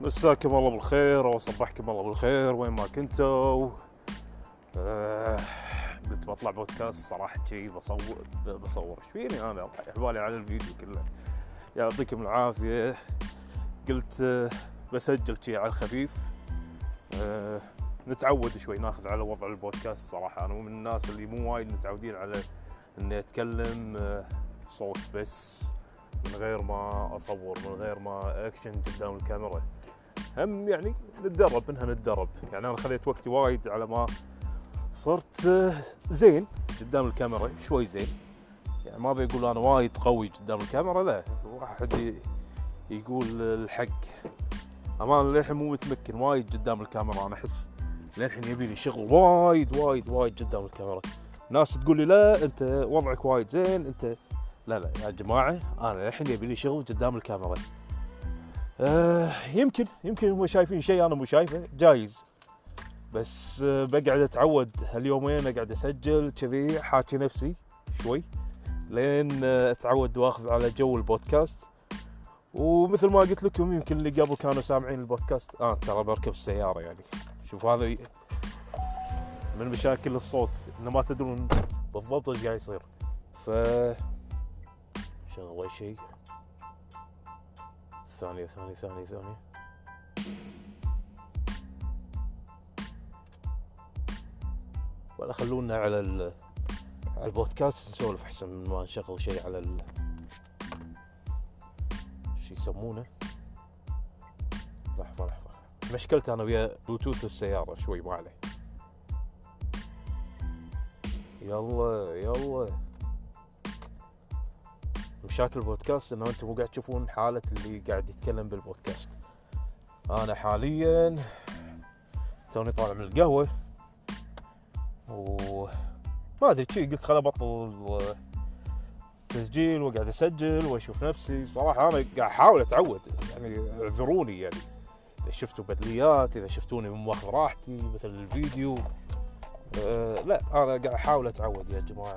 مساكم الله بالخير وصبحكم الله بالخير وين ما كنتوا. قلت بطلع بودكاست صراحة شيء بصور ايش فيني انا رايح بالي على الفيديو كله. يعطيكم العافية. قلت بسجل شيء على الخفيف. نتعود شوي ناخذ على وضع البودكاست. صراحة انا من الناس اللي مو وايد متعودين على اني اتكلم صوت بس من غير ما اصور، من غير ما اكشن قدام الكاميرا. هم يعني نتدرب منها يعني انا خذيت وقتي وايد على ما صرت زين قدام الكاميرا، شوي زين. يعني ما بيقول انا وايد قوي قدام الكاميرا، لا، واحد يقول الحق. امان للحين مو متمكن وايد قدام الكاميرا. انا احس للحين يبي لي شغل وايد قدام الكاميرا. ناس تقول لي لا انت وضعك وايد زين انت. لا يا جماعه، انا الحين يبي لي شغل قدام الكاميرا. يمكن هم شايفين شيء انا مو شايفه، جايز. بس بقعد اتعود هاليومين اقعد اسجل كذي، حاكي نفسي شوي لين اتعود واخذ على جو البودكاست. ومثل ما قلت لكم يمكن اللي قبل كانوا سامعين البودكاست، ترى بركب السياره. يعني شوف هذا من مشاكل الصوت، انه ما تدرون بالضبط ايش قاعد يصير. ف شغل شيء ثانية ولا خلونا على البودكاست نسولف احسن من ما نشغل شيء على شو يسمونه. لحظة مشكلتي انا ويا بلوتوث السيارة شوي، ما عليه. يلا مشاكل البودكاست انه انتم مو قاعد تشوفون حالة اللي قاعد يتكلم بالبودكاست. انا حاليا توني طالع من القهوة وما ادري شي، قلت خل ابطل تسجيل وقاعد اسجل واشوف نفسي. صراحة انا قاعد احاول اتعود، يعني اعذروني يعني اذا شفتوا بدليات، اذا شفتوني مو واخذ راحتي مثل الفيديو. لا انا قاعد احاول اتعود يا جماعة.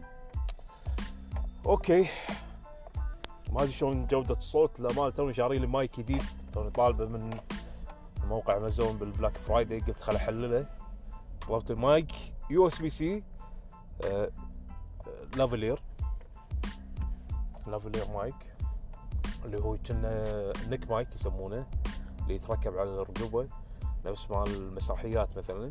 اوكي، ما ادري شلون جودة الصوت. لما توني شاري لي مايك جديد، توني طالبه من موقع امازون بالبلاك فرايداي، قلت خل احلله. طلبت المايك USB-C لافلير مايك، اللي هو كنا نيك مايك يسمونه، اللي يتركب على الرقبة نفس مال المسرحيات مثلا.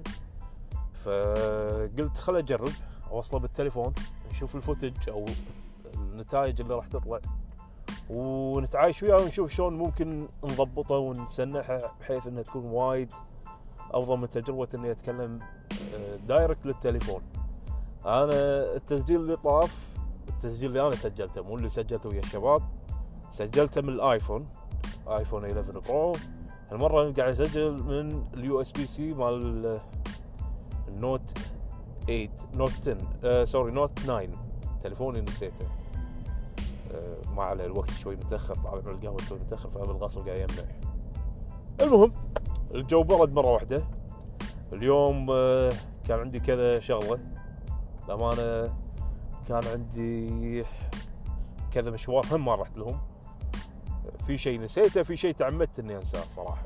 فقلت خل اجرب اوصله بالتليفون، نشوف الفوتج او النتائج اللي راح تطلع، ونتعايش وياه ونشوف شلون ممكن نضبطه ونسنحه بحيث انها تكون وايد افضل من تجربة اني اتكلم دايركت للتليفون. انا التسجيل اللي طاف، التسجيل اللي انا سجلته مو اللي سجلته ويا الشباب، سجلته من الايفون 11 برو. المرة قاعد اسجل من USB-C مال النوت 8 نوت 10 نوت 9. تليفوني نسيته. ما عليه، الوقت شوي متأخر، طالع من القهوة شوي متأخر، فبالغصب قاعد يمنع. المهم الجو برد مرة واحدة اليوم. كان عندي كذا شغلة للأمانة، كان عندي كذا مشوار هم ما رحت لهم. في شيء نسيته، في شيء تعمدت اني انساه صراحة.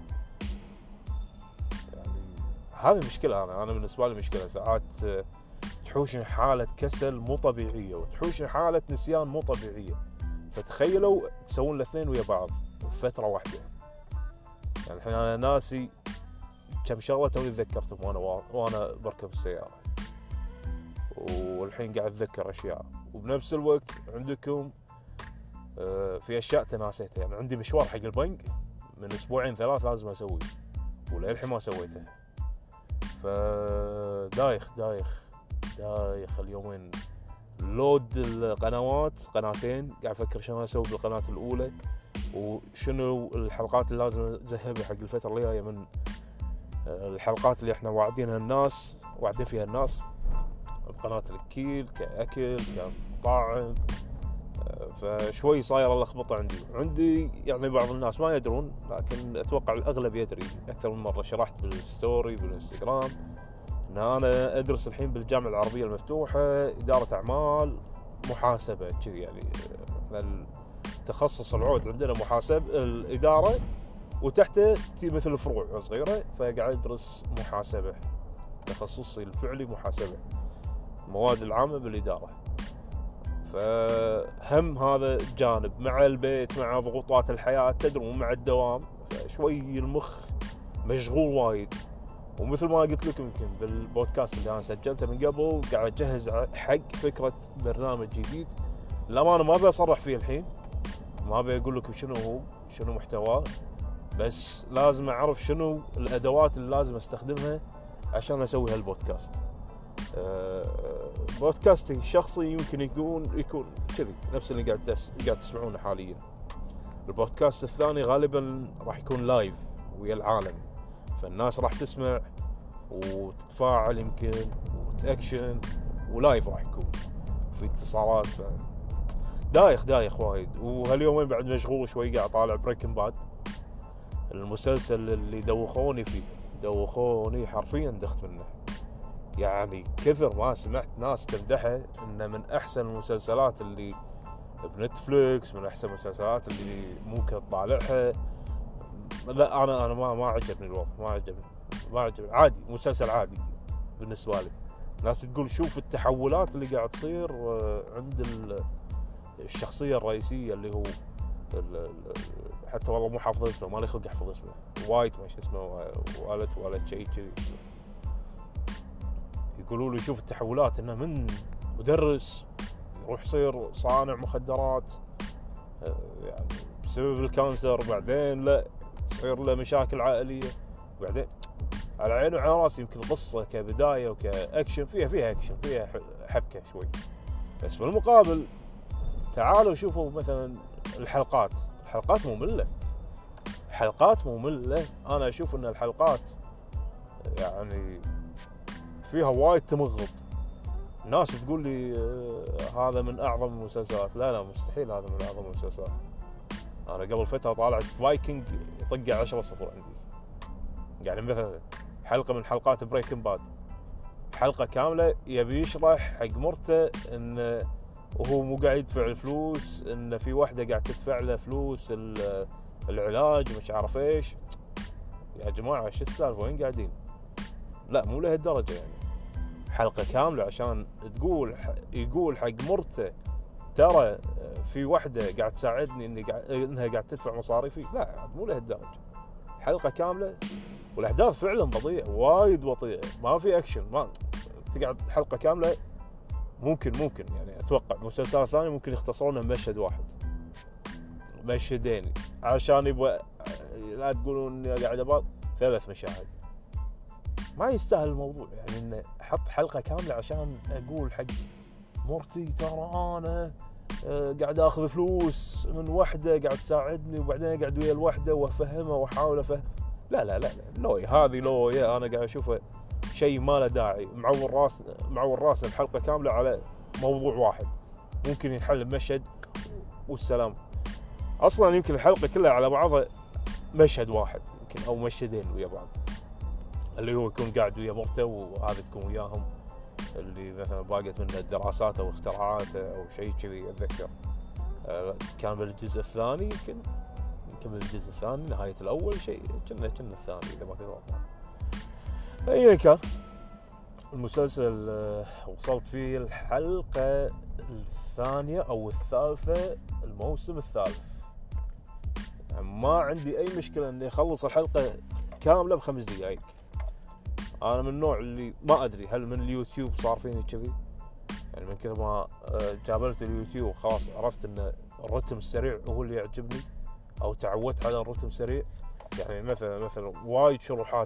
يعني هذه مشكلة. انا بالنسبة لي مشكلة ساعات تحوشني حالة كسل مو طبيعية، وتحوشني حالة نسيان مو طبيعية. فتخيلوا تسوون الاثنين ويا بعض بفترة واحدة. يعني الحين انا ناسي كم شغلة توني تذكرتهم وانا بركب السيارة، والحين قاعد اتذكر اشياء. وبنفس الوقت عندكم في اشياء تناسيتها. يعني عندي مشوار حق البنك من اسبوعين 3 لازم اسويه، وللحين ما سويته. فدايخ اليومين. لود القنوات، قناتين، قاعد افكر شلون اسوي بالقناة الاولى، وشنو الحلقات اللي لازم اذهبها حق الفترة اللي جاية من الحلقات اللي احنا واعدين فيها الناس بقناة الكيل كأكل كطاعم. فشوي صاير اللخبطة عندي. يعني بعض الناس ما يدرون، لكن اتوقع الاغلب يدري. اكثر من مرة شرحت بالستوري بالانستغرام ان انا ادرس الحين بالجامعة العربية المفتوحة إدارة اعمال محاسبة كذي. يعني التخصص العود عندنا محاسب الإدارة وتحته مثل فروع صغيره، فقاعد ادرس محاسبه، تخصصي الفعلي محاسبه، المواد العامه بالاداره. فهم هذا الجانب مع البيت مع ضغوطات الحياه تدري ومع الدوام، فشوي المخ مشغول وايد. ومثل ما قلت لكم يمكن بالبودكاست اللي انا سجلته من قبل، قاعد اجهز حق فكره برنامج جديد. للامانه ما ابي اصرح فيه الحين، ما ابي اقول لكم شنو هو، شنو محتواه، بس لازم اعرف شنو الادوات اللي لازم استخدمها عشان اسوي هالبودكاست. بودكاستي الشخصي يمكن يكون كذي نفس اللي قاعد تسمعونه حاليا. البودكاست الثاني غالبا راح يكون لايف ويا العالم، فالناس راح تسمع وتتفاعل يمكن وتأكشن ولايف راح يكون في اتصالات. دايخ وايد. وهاليومين بعد مشغول شوي، قاعد طالع بريكنج باد، المسلسل اللي دوخوني حرفيا دخت منه. يعني كثر ما سمعت ناس تمدحه انه من احسن المسلسلات اللي بنتفليكس، من احسن المسلسلات اللي ممكن تطالعها. لا انا ما عجبني الوضع، ما عجبني عادي، مسلسل عادي بالنسبه لي. ناس تقول شوف التحولات اللي قاعد تصير عند الشخصيه الرئيسيه اللي هو حتى والله مو حافظ اسمه، مالي خلق احفظ اسمه، وايت ما اسمه، والد شيء كذي. يقولوا لي شوف التحولات، انه من مدرس يروح يصير صانع مخدرات يعني بسبب الكانسر، بعدين لا تصير له مشاكل عائليه، بعدين على عيني وعلى راسي. يمكن القصه كبدايه وكاكشن فيها اكشن، فيها حبكه شوي، بس بالمقابل تعالوا شوفوا مثلا الحلقات ممله. انا اشوف ان الحلقات يعني فيها وايد تمغط. ناس تقول لي هذا من اعظم المسلسلات. لا مستحيل هذا من اعظم المسلسلات. انا قبل فتره طالعت فايكنج يطق 10 صفر عندي. يعني مثلا حلقه من حلقات بريكنج باد، حلقه كامله يبي يشرح حق مرته ان وهو مو قاعد يدفع الفلوس، ان في واحده قاعد تدفع له فلوس العلاج مش عارف ايش. يا جماعه شو السالفه، وين قاعدين؟ لا مو لهالدرجه يعني. حلقه كامله عشان يقول حق مرته ترى في وحده قاعد تساعدني انها قاعد تدفع مصاريفي. لا مو لهالدرجه. حلقه كامله والاحداث فعلا بطيئه، وايد بطيئه، ما في اكشن. ما تقعد حلقه كامله. ممكن يعني اتوقع مسلسلات ثانيه ممكن يختصرونها بمشهد واحد مشهدين، عشان يبغى لا تقولون اني قاعد ابغى 3 مشاهد. ما يستاهل الموضوع يعني ان احط حلقه كامله عشان اقول حق مرتي ترى انا قاعد اخذ فلوس من وحده قاعد تساعدني، وبعدين قاعد ويا الوحده وافهمها واحاول افهم. لا هذه لويا انا قاعد اشوفه شيء ما له داعي. معور راس الحلقه كامله على موضوع واحد ممكن ينحل بمشهد والسلام. اصلا يمكن الحلقه كلها على بعضها مشهد واحد يمكن او مشهدين ويا بعض، اللي هو يكون قاعد ويا مرته وهذا تكون وياهم، اللي مثلا باقت منه الدراسات او اختراعاته او شيء كذي. اتذكر كان بالجزء الثاني يمكن بالجزء الثاني نهايه الاول شيء كنا الثاني اذا ما كنت غلطان. ايا كان المسلسل وصلت فيه الحلقه الثانيه او الثالثه الموسم الثالث. يعني ما عندي اي مشكله اني اخلص الحلقه كامله ب5 دقائق. انا من النوع اللي ما ادري هل من اليوتيوب صار فيني كذي، يعني من كثر ما جابلت اليوتيوب خلاص عرفت ان الرتم السريع هو اللي يعجبني او تعودت على الرتم السريع. يعني مثلا وايد شروحات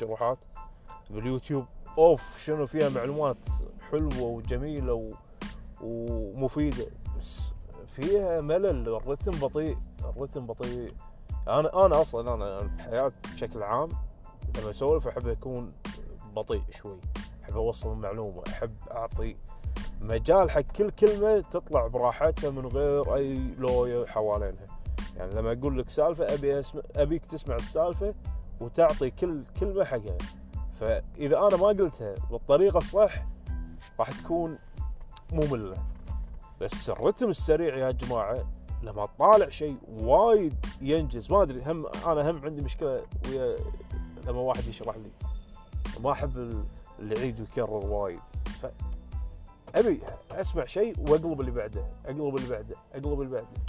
باليوتيوب شنو فيها معلومات حلوه وجميله ومفيده، بس فيها ملل. الرتم بطيء. انا اصلا الحياه بشكل عام لما اسولف احب اكون بطيء شوي، احب اوصل المعلومه، احب اعطي مجال حق كل كلمه تطلع براحتها من غير اي لوية حوالينها. يعني لما اقول لك سالفه ابيك تسمع السالفه وتعطي كل كلمه حقها. فاذا انا ما قلتها بالطريقه الصح راح تكون ممله. بس الرتم السريع يا جماعه لما تطالع شيء وايد ينجز. ما ادري، انا عندي مشكله ويا لما واحد يشرح لي، ما احب اللي يعيد ويكرر وايد. ابي اسمع شيء واقلب اللي بعده، اقلب اللي بعده، اقلب اللي بعده.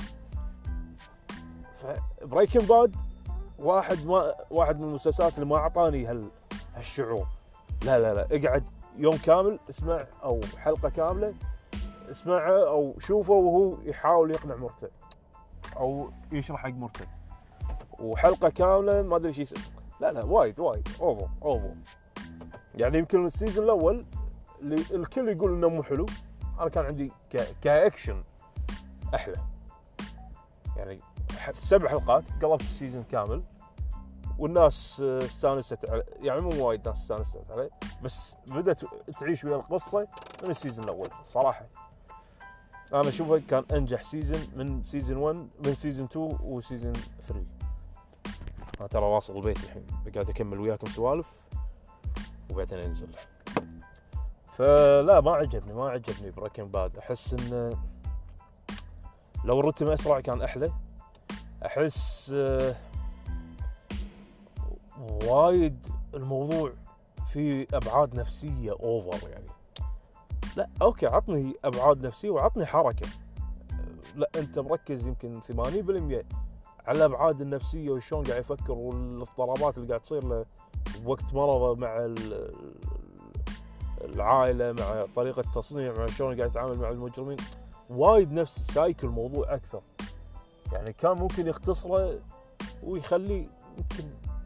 فبريكنج باد واحد من المسلسلات اللي ما اعطاني هالشعور. لا اقعد يوم كامل اسمع، او حلقه كامله اسمعه او شوفه وهو يحاول يقنع مرته او يشرح حق مرته، وحلقه كامله ما ادري شيء لا وايد اوفر. يعني يمكن السيزون الاول اللي الكل يقول انه مو حلو، انا كان عندي كاكشن احلى. يعني 7 حلقات قلبت السيزون كامل، والناس استانست عليه. يعني مو وايد ناس استانست عليه، بس بدأت تعيش ويا القصة من السيزون الأول. صراحة أنا أشوفه كان أنجح سيزون من سيزون 1، من سيزون 2 وسيزون 3. أنا ترى واصل البيت الحين، قاعد أكمل وياكم سوالف وبعدين أنزل. فلا ما عجبني بريكنج باد. أحس إنه لو الرتم أسرع كان أحلى. أحس وايد الموضوع فيه أبعاد نفسية أوفر. يعني لا أوكي، عطني أبعاد نفسية وعطني حركة. لا أنت مركز يمكن 80% على الأبعاد النفسية وشون قاعد يفكر والاضطرابات اللي قاعد تصير له وقت مرضه مع العائلة، مع طريقة تصنيع، مع شون قاعد يتعامل مع المجرمين. وايد نفس سايكل الموضوع أكثر. يعني كان ممكن يختصره ويخليه يمكن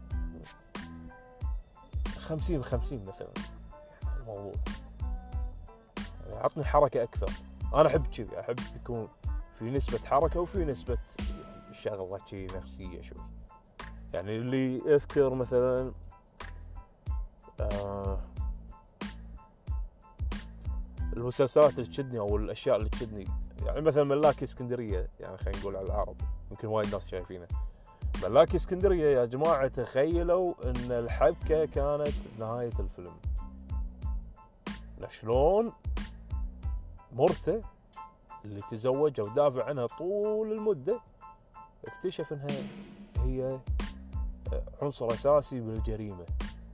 50-50 مثلا الموضوع. يعني عطني حركة أكثر. أنا أحب كذي، أحب يكون في نسبة حركة وفي نسبة شغلة كذي نفسية شوي. يعني اللي أذكر مثلا المسلسلات اللي تشدني أو الأشياء اللي تشدني، يعني مثلا ملاكي اسكندرية. يعني خلينا نقول على العرب، يمكن وايد ناس شايفينه. ملاكي اسكندرية يا جماعة، تخيلوا ان الحبكة كانت بنهاية الفيلم. شلون مرته اللي تزوجها ودافع عنها طول المدة اكتشف انها هي عنصر اساسي بالجريمة.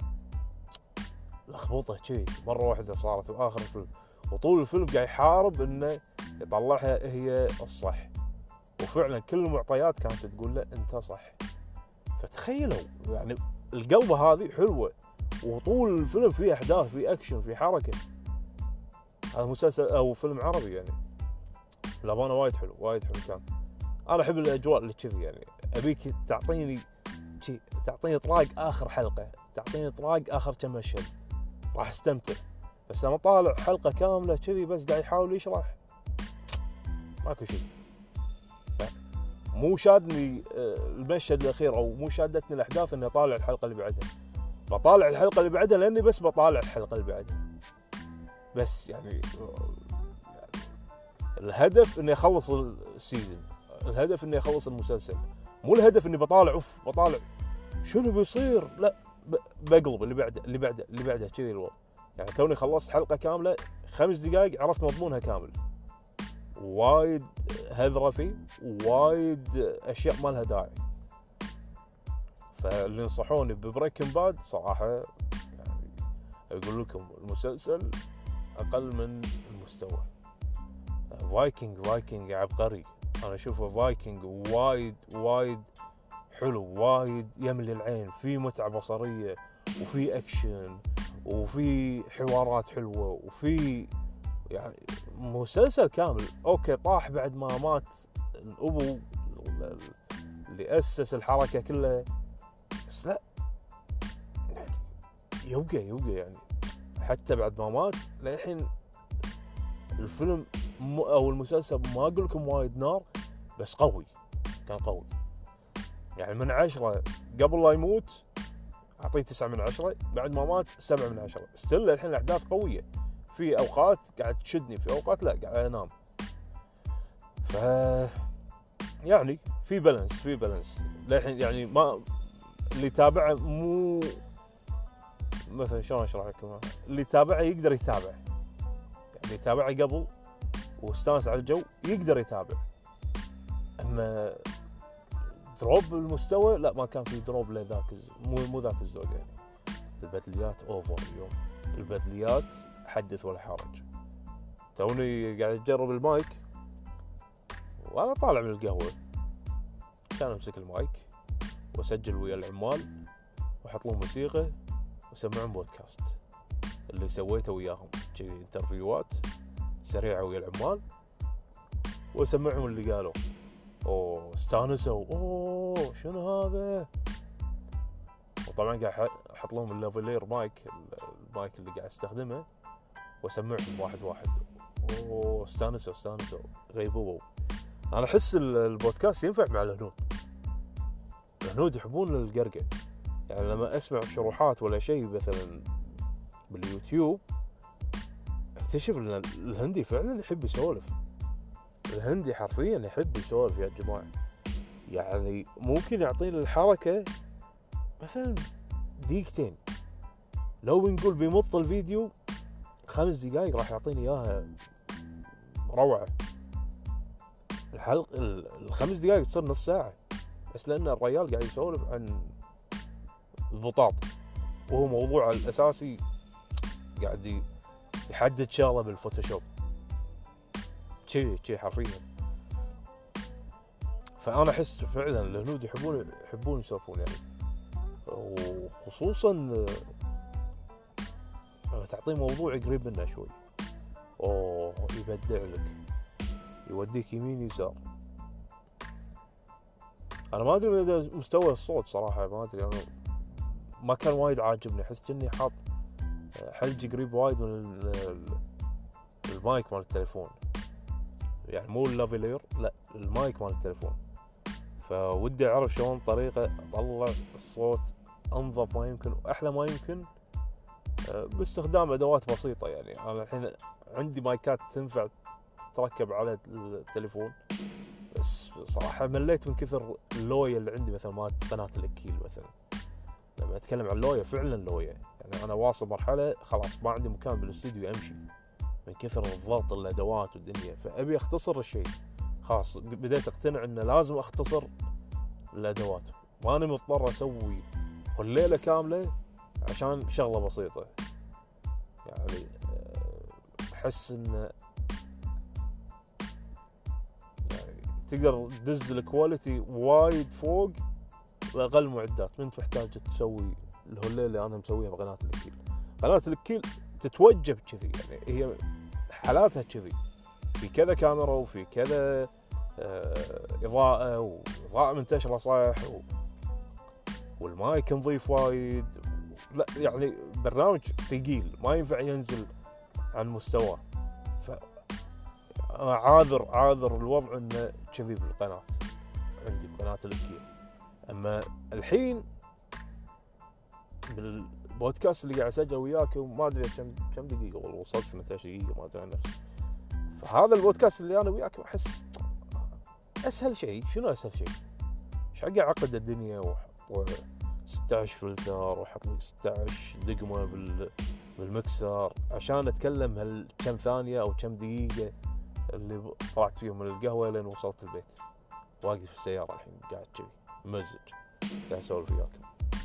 لخبطه شيء مرة واحدة صارت في اخر الفيلم، وطول الفيلم قاعد يحارب انه يطلعها هي الصح، وفعلا كل المعطيات كانت تقول له انت صح. فتخيلوا يعني القلبة هذه حلوة، وطول الفيلم فيه احداث، فيه اكشن، فيه حركة. هذا مسلسل او فيلم عربي يعني للأمانة وايد حلو كان. انا احب الاجواء اللي كذي. يعني ابيك تعطيني اطراق اخر حلقة، تعطيني اطراق اخر كم مشهد، راح استمتع. بس لما طالع حلقة كاملة كذي بس قاعد يحاول يشرح، ماكو شيء. مو شادني المشهد الاخير او مو شادتني الاحداث اني اطالع الحلقه اللي بعدها. بطالع الحلقه اللي بعدها لاني بس بطالع الحلقه اللي بعدها. بس يعني الهدف اني اخلص السيزون، الهدف اني اخلص المسلسل، مو الهدف اني بطالع شنو بيصير. لا، بقلب اللي بعده كذي الوضع. يعني توني خلصت حلقه كامله 5 دقائق عرفت مضمونها كامل. وايد هذرة فيه، وايد اشياء ما لها داعي. فاللي ينصحوني ببريكنج باد صراحه يعني اقول لكم المسلسل اقل من المستوى. فايكنج عبقري. انا اشوفه فايكنج وايد حلو، وايد يملي العين، في متعه بصريه وفي اكشن وفي حوارات حلوه وفي يعني مسلسل كامل. اوكي طاح بعد ما مات الابو اللي اسس الحركه كلها، بس لا يعني يبقى يعني حتى بعد ما مات للحين الفيلم او المسلسل ما اقول لكم وايد نار، بس كان قوي. يعني من 10 قبل لا يموت اعطيه 9/10، بعد ما مات 7/10. ستيل الحين الاحداث قويه، في اوقات قاعد تشدني، في اوقات لا قاعد انام. ف يعني في بالانس للحين. يعني ما اللي تابعه مو مثلا شلون اشرح لكم، اللي تابعه يقدر يتابع. يعني تابعه قبل واستانس على الجو يقدر يتابع. اما دروب بالمستوى لا، ما كان في دروب لذاك مو ذاك الزود يعني. البدليات اوفر اليوم، البدليات حدث ولا حرج. توني قاعد اجرب المايك وانا طالع من القهوه، كان امسك المايك واسجل ويا العمال واحط لهم موسيقى واسمعهم بودكاست اللي سويته وياهم، انترفيوات سريعه ويا العمال، واسمعهم اللي قالوا استانسوا شنو هذا. وطبعا قاعد احط لهم اللافيلير مايك، المايك اللي قاعد استخدمه، واسمعهم واحد واحد. استانسوا غيبوبوا. انا احس البودكاست ينفع مع الهنود يحبون القرقة يعني. لما اسمع شروحات ولا شيء مثلا باليوتيوب اكتشف ان الهندي فعلا يحب يسولف. الهندي حرفيا يحب يسولف يا جماعة. يعني ممكن يعطيني الحركة مثلا دقيقتين، لو بنقول بيمط الفيديو 5 دقائق راح يعطيني اياها روعة. ال5 دقائق تصير نص ساعة، بس لأن الرجال قاعد يسولف عن البطاط، وهو موضوع الأساسي قاعد يحدد شغلة بالفوتوشوب شيء حرفيا. فأنا أحس فعلا الهنود يحبون يسولفون يعني، وخصوصا تعطيه موضوع قريب منه شوي يبدع لك، يوديك يمين يسار. انا ما ادري اذا مستوى الصوت صراحه ما ادري، انا ما كان وايد عاجبني، احس كني حاط حلجي قريب وايد من المايك مال التليفون، يعني مو اللافيلير، لا المايك مال التليفون. فودي اعرف شلون طريقه اطلع الصوت انظف ما يمكن واحلى ما يمكن باستخدام ادوات بسيطه. يعني انا الحين عندي مايكات تنفع تركب على التليفون، بس صراحة مليت من كثر اللوية اللي عندي، مثلا ما قناة الأكيل مثلا. لما أتكلم عن لوية فعلا لوية، يعني أنا واصل مرحلة خلاص ما عندي مكان بالاستديو أمشي من كثر الضغط الأدوات والدنيا، فأبي أختصر الشيء. خلاص بديت أقتنع إنه لازم أختصر الأدوات، ماني مضطر أسوي الليلة كاملة عشان شغلة بسيطة. يعني أحس إنه تقدر تدز الكواليتي وايد فوق بأقل معدات من تحتاج تسوي الهولية اللي أنا مسويها بقناة الأكيل. قناة الأكيل تتوجب كذي، يعني هي حالاتها كذي، في كذا كاميرا وفي كذا إضاءة منتشرة صح، والمايك نظيف وايد. لا يعني برنامج ثقيل ما ينفع ينزل عن مستواه. أنا عاذر الوضع إنه كذي بالقناة عندي بقناة الأكيل. أما الحين بالبودكاست اللي قاعد أسجل وياكم ما أدري كم دقيقة، والله وصلت 18 دقيقة ما أدري عن نفسي. فهذا البودكاست اللي أنا وياكم أحس أسهل شيء. شنو أسهل شيء؟ إيش حق أعقد الدنيا وأحط 16 فلتر وأحط 16 دقمة بالمكسر عشان أتكلم كم ثانية أو كم دقيقة اللي طلعت فيهم من القهوة لين وصلت البيت. واقف في السيارة الحين قاعد كذي مزج قاعد أسولف وياكم.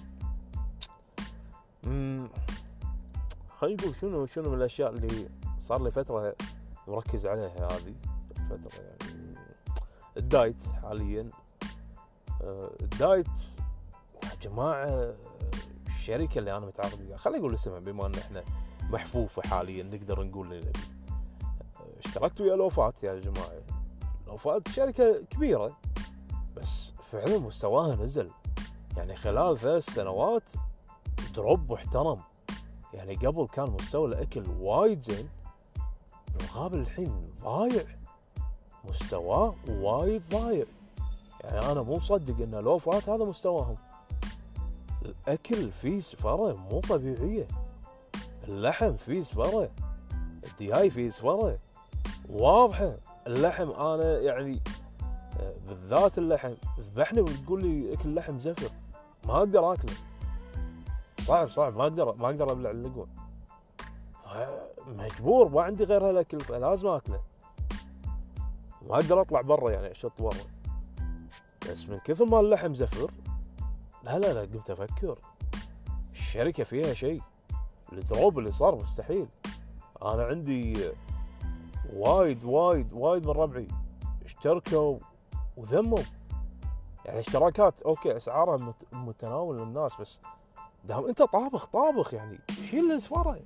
خلينا نقول شنو من الأشياء اللي صار لي فترة مركز عليها هذه الفترة. يعني الدايت حاليا، الدايت يا جماعة الشركة اللي أنا متعاقد وياها، خلينا نقول اسمها بما أن إحنا محفوفة حاليا نقدر نقول اللي نبي. اشتركت ويا لوفات يا جماعة. لوفات شركة كبيرة بس فعلا مستواها نزل، يعني خلال 3 سنوات دروب محترم. يعني قبل كان مستوى الأكل وايد زين، المقابل الحين ضايع، مستواه وايد ضايع. يعني أنا مو مصدق إن لوفات هذا مستواهم. الأكل فيه سفرة مو طبيعية، اللحم فيه سفرة، الدياي فيه سفرة واضحة. اللحم أنا يعني بالذات اللحم ذبحني وتقول لي اكل لحم زفر ما اقدر اكله، صعب ما اقدر ابلع اللقمه، مجبور ما عندي غير هالاكل فلازم اكله، ما اقدر اطلع برا يعني اشط برا. بس من كثر ما اللحم زفر، لا قمت افكر الشركه فيها شيء. الدروب اللي صار مستحيل. انا عندي وايد من ربعي اشتركوا وذموا. يعني اشتراكات اوكي اسعارها متناول الناس، بس دام انت طابخ يعني شيل الزفره.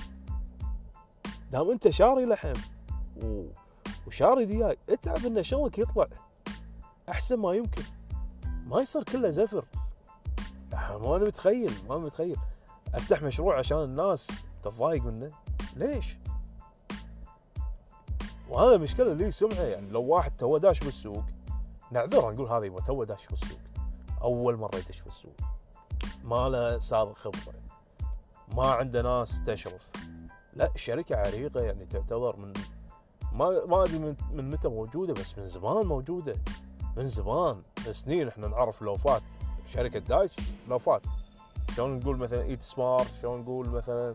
دام انت شاري لحم وشاري دياي، اتعب ان شغلك يطلع احسن ما يمكن، ما يصير كله زفر. ما انا متخيل افتح مشروع عشان الناس تتضايق منه. ليش؟ وهذا المشكله اللي سمعه. يعني لو واحد تو داش بالسوق، نعذره نقول هذا يبغى تو داش بالسوق، اول مره يدش بالسوق، ما له سابق خبره، ما عنده ناس تشرف. لا، الشركه عريقه يعني، تعتبر من ما ادري من متى موجوده، بس من زمان موجوده، من زمان سنين. احنا نعرف لوفات شركه دايتش، لوفات شلون نقول مثلا ايت سمارت، شلون نقول مثلا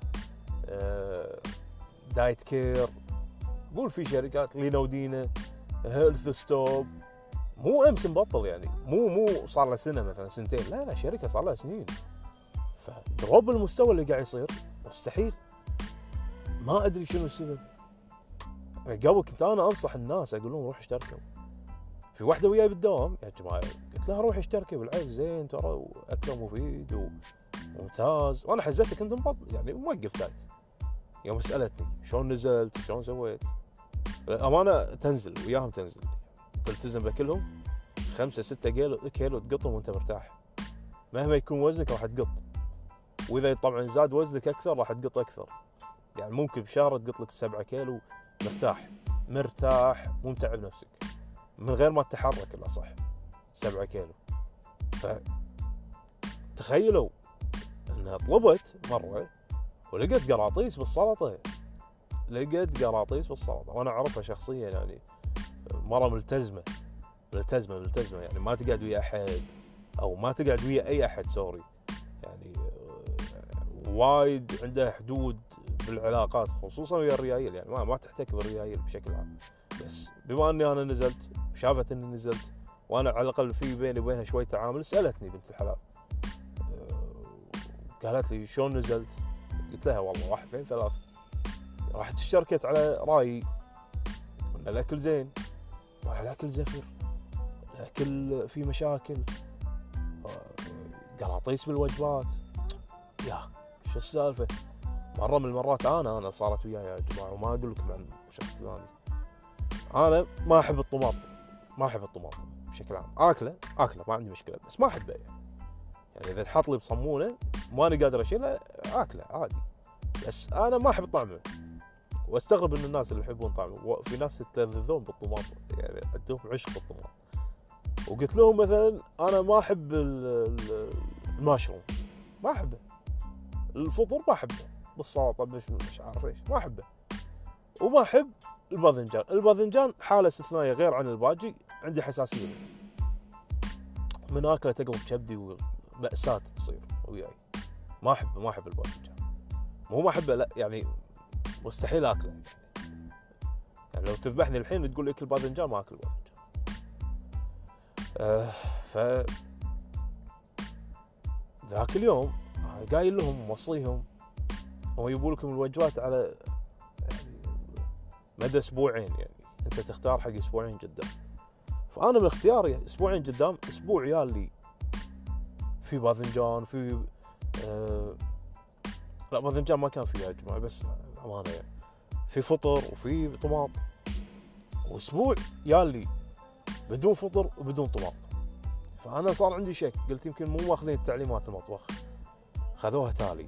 دايت كير، قول في شركات لينودينا، هيلث ستوب، مو امس مبطل يعني، مو صار له سنه مثلا سنتين، لا شركه صار لها سنين. فدروب المستوى اللي قاعد يصير مستحيل. ما ادري شنو السبب. يعني قبل كنت انا انصح الناس اقول لهم روح اشتركوا. في واحده وياي بالدوام يا جماعه، قلت لها روح اشتركي بالعكس زين ترى، واكله مفيد وممتاز. وانا حزتها كنت مبطل يعني موقف دايت. يوم سالتني شلون نزلت شلون سويت، الامانه تنزل وياهم، تلتزم باكلهم 5-6 كيلو تقطهم وانت مرتاح. مهما يكون وزنك راح تقط، واذا طبعا زاد وزنك اكثر راح تقط اكثر. يعني ممكن بشهر تقط لك 7 كيلو مرتاح مو متعب نفسك، من غير ما تتحرك الا صح 7 كيلو. فتخيلوا انها طلبت مره ولقيت قراطيس بالسلطه، وانا اعرفها شخصيا يعني، مره ملتزمه يعني، ما تقعد ويا احد او ما تقعد ويا اي احد، سوري يعني، وايد عندها حدود بالعلاقات، خصوصا ويا الريايل. يعني ما تحتك بالريايل بشكل عام. بس بما اني انا نزلت وشافت اني نزلت، وانا على الاقل في بيني وبينها شوي تعامل، سالتني بنت الحلال، قالت لي شلون نزلت؟ قلت لها والله 1 2 3. راحت اشتركت على رايي ان الاكل زين، الاكل زفر، الاكل في مشاكل، قراطيس بالوجبات. يا شو السالفه؟ مره من المرات انا صارت وياي يا جماعه، وما اقول لكم عن شخص ثاني، انا ما احب الطماطم بشكل عام. اكله ما عندي مشكله، بس ما احبه يعني اذا نحط لي بصمونه ماني قادر اشيلها، اكله عادي، بس انا ما احب طعمه. واستغرب ان الناس اللي يحبون طعمه، وفي ناس يتلذذون بالطماطم يعني عندهم عشق بالطماطم. وقلت لهم مثلا انا ما احب الماشروم، ما احبه، الفطر ما احبه، بالسلطه مش عارف ايش ما احبه، وما احب الباذنجان حاله استثنائيه غير عن الباقي، عندي حساسيه من اكله تقلب كبدي ومأساة تصير وياي. ما احب الباذنجان، مو ما احبه لا يعني مستحيل اكله يعني لو تذبحني الحين تقول لي اكل باذنجان ما اكل باذنجان. ف ذاك اليوم قايل لهم موصيهم هم يجيبوا لكم الوجبات على يعني مدى اسبوعين، يعني انت تختار حق اسبوعين قدام. فانا من اختياري اسبوعين قدام، اسبوع يالي في باذنجان، في لا باذنجان ما كان فيه يا جماعه، بس امانه يعني في فطر وفي طماط، واسبوع يالي بدون فطر وبدون طماط. فانا صار عندي شك، قلت يمكن مو ماخذين التعليمات المطبخ، خذوها تالي.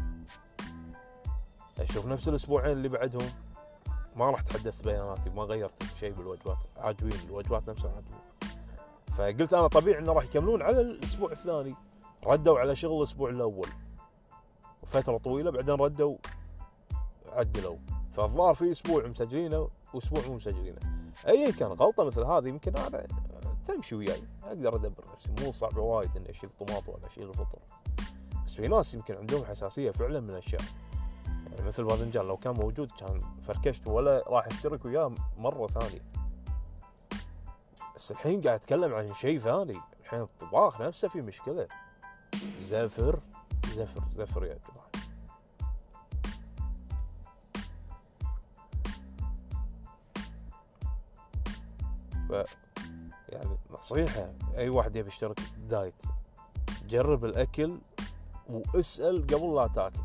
اشوف نفس الاسبوعين اللي بعدهم ما راح تحدث بياناتي، ما غيرت شيء بالوجبات، عاجبين الوجبات نفسها عاجبين. فقلت انا طبيعي انه راح يكملون على الاسبوع الثاني. ردوا على شغل الاسبوع الاول فتره طويله، بعدين ردوا عدلوا، فالظاهر في اسبوع مسجلينه واسبوع مو مسجلينه. اي كان غلطه مثل هذه يمكن انا تمشي وياي، اقدر ادبر نفسي، مو صعب وايد اني اشيل طماط ولا اشيل الفطر. بس في ناس يمكن عندهم حساسيه فعلا من اشياء، يعني مثل باذنجان لو كان موجود كان فركشت ولا راح اشترك وياه مره ثانيه. بس الحين قاعد اتكلم عن شيء ثاني. الحين الطباخ نفسه في مشكله. زفر زفر زفر يا جماعه. ف يعني نصيحه اي واحد يبي يشترك دايت، جرب الاكل واسال قبل لا تاكل،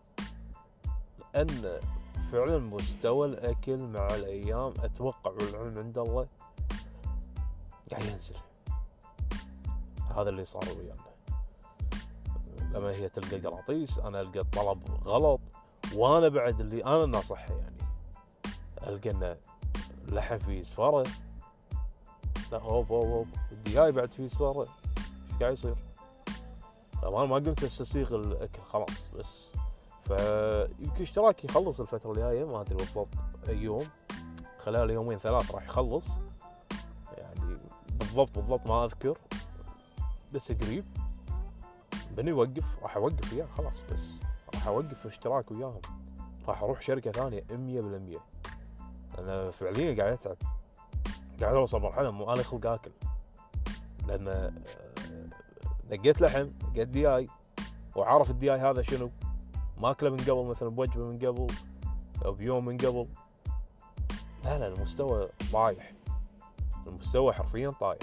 لان فعلا مستوى الاكل مع الايام اتوقع والعلم عند الله قاعد ينزل. هذا اللي صار ويانا. لما هي تلقى قراطيس، انا القى الطلب غلط، وانا بعد اللي انا ناصحها يعني القى انه لحم فيه زفاره، لا هوب الدياي بعد فيه زفاره، ايش قاعد يصير؟ طبعا ما قلت استسيغ الاكل خلاص، بس فيمكن اشتراكي يخلص الفتره الجايه، ما ادري بالضبط اي يوم، خلال يومين ثلاث راح يخلص يعني، بالضبط ما اذكر، بس قريب بني يوقف، راح اوقف وياه خلاص، بس راح اوقف اشتراك وياهم، راح اروح شركه ثانيه 100%. انا فعليا قاعد اتعب، قاعد اوصل مرحله مو انا خلق اكل، لان لقيت لحم، لقيت دياي، وعارف الدياي هذا شنو، ماكله من قبل، مثلا بوجبه من قبل او بيوم من قبل. لا المستوى طايح، المستوى حرفيا طايح.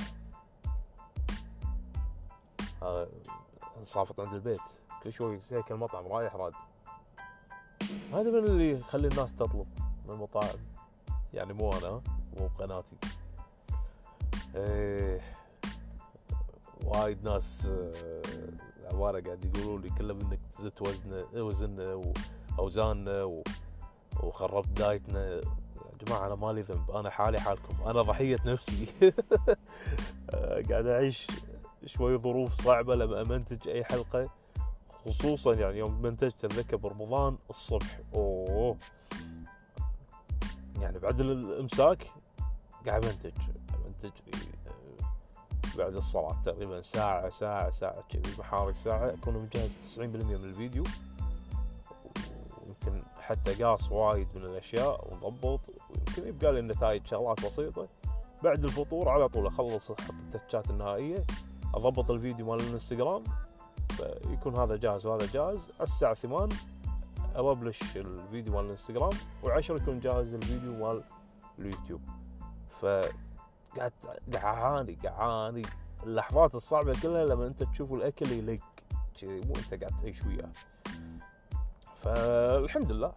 هذا صافط عند البيت كل شوي هيك المطعم رايح راد. هذا من اللي يخلي الناس تطلب من المطاعم، يعني مو انا، مو قناتي. وايد ناس عبارة قاعد يقولوا لي كله انك زدت وزننا واوزاننا وخربت دايتنا. يا جماعة انا مالي ذنب، انا حالي حالكم، انا ضحية نفسي. قاعد اعيش شوي ظروف صعبة لما امنتج اي حلقة، خصوصا يعني يوم منتجت اتذكر برمضان الصبح، يعني بعد الامساك قاعد منتج بعد الصلاة تقريبا ساعة كذي، محاري ساعة أكون مجهز 90% من الفيديو، ويمكن حتى قاص وايد من الأشياء ومضبط، ويمكن يبقى لي النتائج شغلات بسيطة. بعد الفطور على طول أخلص، أحط التتشات النهائية، أضبط الفيديو مال الانستغرام، فيكون هذا جاهز وهذا جاهز. على الساعة 8 أبلش الفيديو مال الانستغرام، و10 يكون جاهز الفيديو مال اليوتيوب. قاعد اعاني اللحظات الصعبه كلها لما انت تشوف الاكل يلق كذي، مو انت قاعد تعيش وياه. فالحمد لله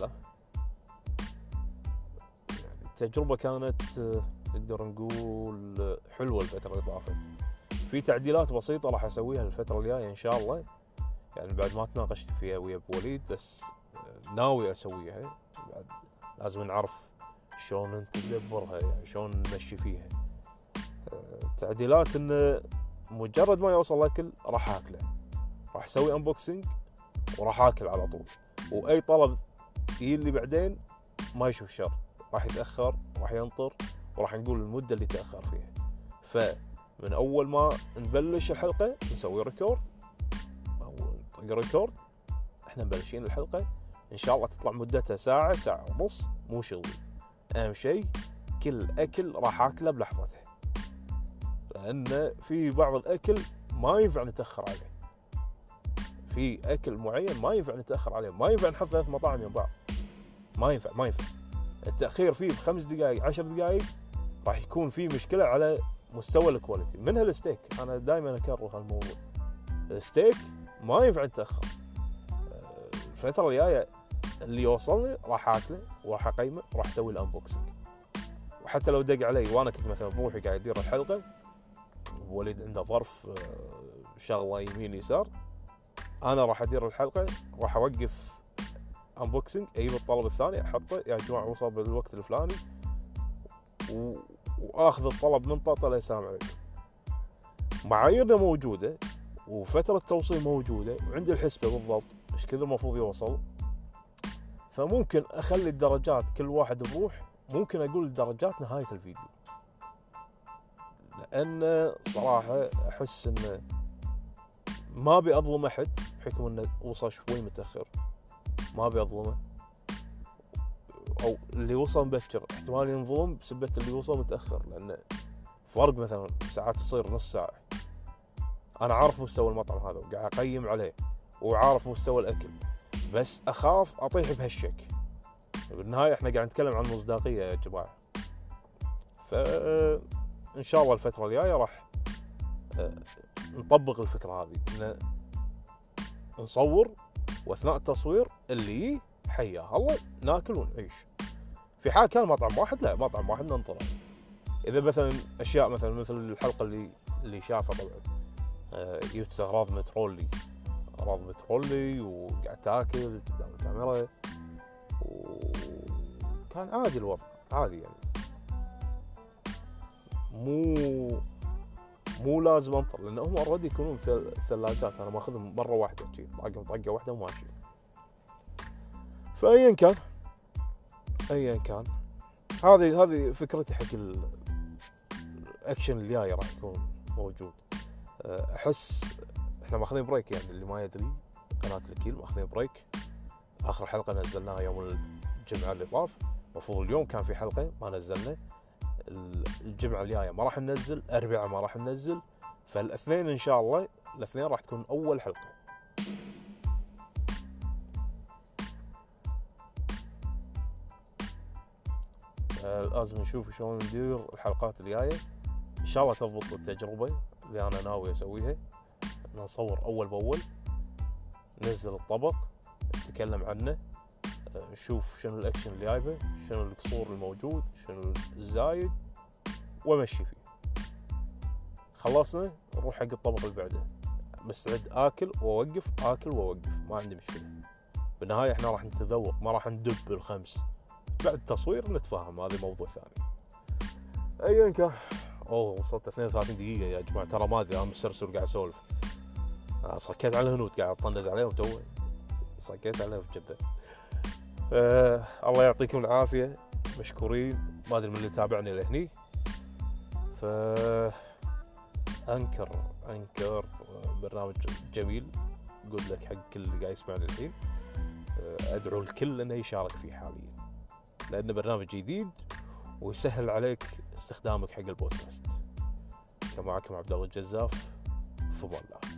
يعني التجربه كانت نقدر نقول حلوه. الفتره اللي طافت في تعديلات بسيطه راح اسويها الفتره الجايه ان شاء الله، يعني بعد ما تناقشت فيها ويا بوليد، بس ناوي اسويها. بعد لازم نعرف شلون انت تدبرها، يعني شلون نمشي فيها. تعديلات انه مجرد ما يوصل الاكل راح اكله، راح اسوي انبوكسنج وراح اكل على طول، واي طلب يجي بعدين ما يشوف شر، راح يتاخر، راح ينطر، وراح نقول المده اللي تاخر فيها. فمن اول ما نبلش الحلقه نسوي ريكورد او نطق ريكورد، احنا مبلشين الحلقه ان شاء الله تطلع مدتها ساعه ونص، مو شغلي. اهم شيء كل اكل راح اكله بلحظته، لان في بعض الاكل ما ينفع نتاخر عليه، في اكل معين ما ينفع نتاخر عليه، ما ينفع نحط 3 مطاعم يم بعض، ما ينفع. التاخير فيه ب5 دقائق 10 دقائق راح يكون فيه مشكله على مستوى الكواليتي. منها الستيك، انا دائما اكرر هالموضوع، الستيك ما ينفع نتاخر. الفتره الجايه اللي يوصلني راح اكله وراح اقيمه وراح اسوي الانبوكسنج. وحتى لو دق علي وانا كنت مثلا بروحي قاعد ادير الحلقه، وليد عنده ظرف شغله يمين يسار، انا راح ادير الحلقه، راح اوقف انبوكسنج، اجيب الطلب الثاني احطه، يا جماعه وصل بالوقت الفلاني، واخذ الطلب من طاطا لسلام عليكم. معاييرنا موجوده وفتره توصيل موجوده، وعندي الحسبه بالضبط ايش كثر المفروض يوصل. فممكن اخلي الدرجات كل واحد بروح، ممكن اقول الدرجات نهايه الفيديو، لان صراحه احس انه ما ابي اظلم احد بحكم انه وصل شوي متاخر، ما ابي اظلمه، او اللي وصل مبكر احتمال ينظلم بسبه اللي وصل متاخر، لان فرق مثلا ساعات تصير نص ساعة. أنا عارف مستوى المطعم هذا وقاعد أقيم عليه وعارف مستوى الأكل، بس أخاف أطيح بهالشك. بالنهاية إحنا قاعد نتكلم عن مصداقية يا جماعة. فإن شاء الله الفترة الجاية راح نطبق الفكرة هذه، إن نصور وأثناء التصوير اللي حياه الله ناكل ونعيش. في حال كان مطعم واحد، لا مطعم واحد ننطره. إذا مثلا أشياء مثل الحلقة اللي شافها طبعا جبت أغراض مترولي وقاعد تاكل قدام الكاميرا، وكان عادي الوضع، عادي يعني. مو لازم انطر، لان هم اوريدي يكونون في الثلاجات. انا ماخذهم مره واحده شي طقه واحده وماشي. فايا كان هذه فكرتي حق الاكشن اللي جاي راح يكون موجود. احس احنا ماخذين بريك، يعني اللي ما يدري قناه الكيل ماخذين بريك. اخر حلقه نزلناها يوم الجمعه اللي طاف، المفروض اليوم كان في حلقه ما نزلنا. الجمعة الجاية ما راح ننزل، الأربعاء ما راح ننزل، فالاثنين إن شاء الله الاثنين راح تكون أول حلقة. لازم نشوف شلون ندير الحلقات الجاية. إن شاء الله تضبط التجربة اللي أنا ناوي أسويها، نصور أول بأول، ننزل الطبق، نتكلم عنه، نشوف شنو الأكشن اللي جايبه، شنو القصور الموجود، شنو الزايد، ومشي فيه. خلصنا نروح حق الطبق اللي بعده، مستعد اكل واوقف ما عندي مشكله. بالنهايه احنا راح نتذوق، ما راح ندب الخمس. بعد التصوير نتفاهم، هذا موضوع ثاني. ايا كان. وصلت 32 دقيقه يا جماعه، ترى ما ادري، انا مسترسل قاعد اسولف. صكيت على الهنود قاعد اطنز عليهم تو، صكيت عليهم بجده. الله يعطيكم العافيه، مشكورين. ما ادري من اللي تابعني لهني. انكر برنامج جميل، اقول لك حق كل اللي قاعد يسمعني الحين، ادعو الكل انه يشارك فيه حاليا، لانه برنامج جديد ويسهل عليك استخدامك حق البودكاست. كان معكم عبد الله الجزاف، في الله.